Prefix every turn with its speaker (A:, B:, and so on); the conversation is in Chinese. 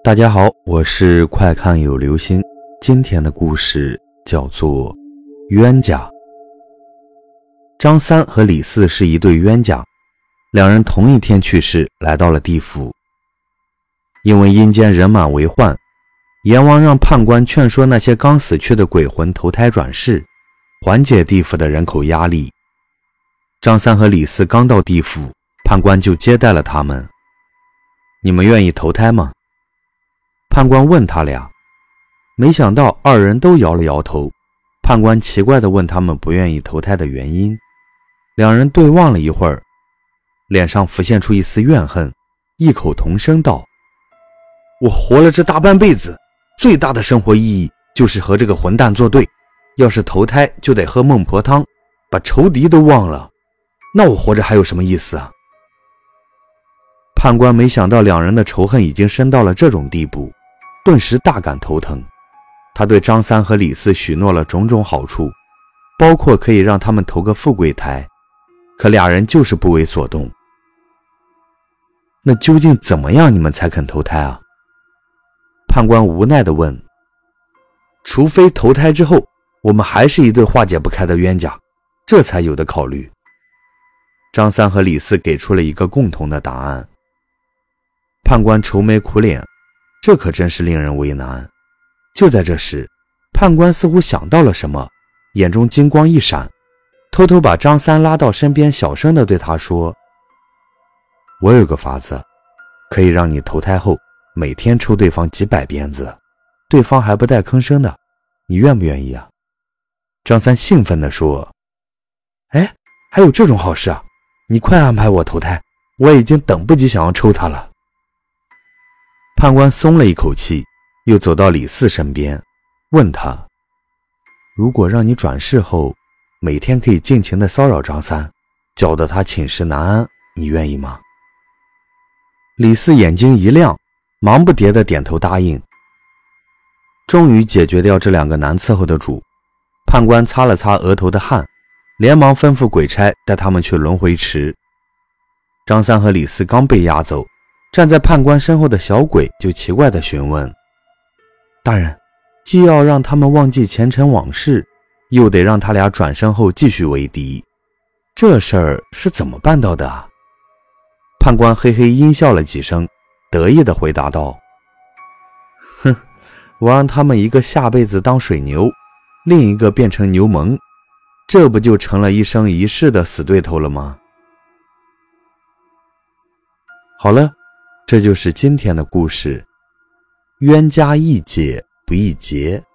A: 大家好，我是快看有流星。今天的故事叫做冤家。张三和李四是一对冤家，两人同一天去世，来到了地府。因为阴间人满为患，阎王让判官劝说那些刚死去的鬼魂投胎转世，缓解地府的人口压力。张三和李四刚到地府，判官就接待了他们。你们愿意投胎吗？判官问他俩，没想到二人都摇了摇头。判官奇怪地问他们不愿意投胎的原因。两人对望了一会儿，脸上浮现出一丝怨恨，异口同声道：我活了这大半辈子，最大的生活意义就是和这个混蛋作对，要是投胎就得喝孟婆汤，把仇敌都忘了，那我活着还有什么意思啊？判官没想到两人的仇恨已经深到了这种地步，顿时大感头疼。他对张三和李四许诺了种种好处，包括可以让他们投个富贵胎，可俩人就是不为所动。那究竟怎么样你们才肯投胎啊？判官无奈地问。除非投胎之后我们还是一对化解不开的冤家，这才有的考虑。张三和李四给出了一个共同的答案。判官愁眉苦脸，这可真是令人为难。就在这时，判官似乎想到了什么，眼中金光一闪，偷偷把张三拉到身边，小声地对他说：我有个法子，可以让你投胎后每天抽对方几百鞭子，对方还不带吭声的，你愿不愿意啊？张三兴奋地说：哎，还有这种好事啊，你快安排我投胎，我已经等不及想要抽他了。判官松了一口气，又走到李四身边，问他：如果让你转世后每天可以尽情地骚扰张三，搅得他寝食难安，你愿意吗？李四眼睛一亮，忙不迭地点头答应。终于解决掉这两个难伺候的主，判官擦了擦额头的汗，连忙吩咐鬼差带他们去轮回池。张三和李四刚被押走，站在判官身后的小鬼就奇怪地询问：大人，既要让他们忘记前尘往事，又得让他俩转生后继续为敌，这事儿是怎么办到的啊？判官嘿嘿阴笑了几声，得意地回答道：哼，我让他们一个下辈子当水牛，另一个变成牛虻，这不就成了一生一世的死对头了吗？好了，这就是今天的故事。冤家宜解不宜结。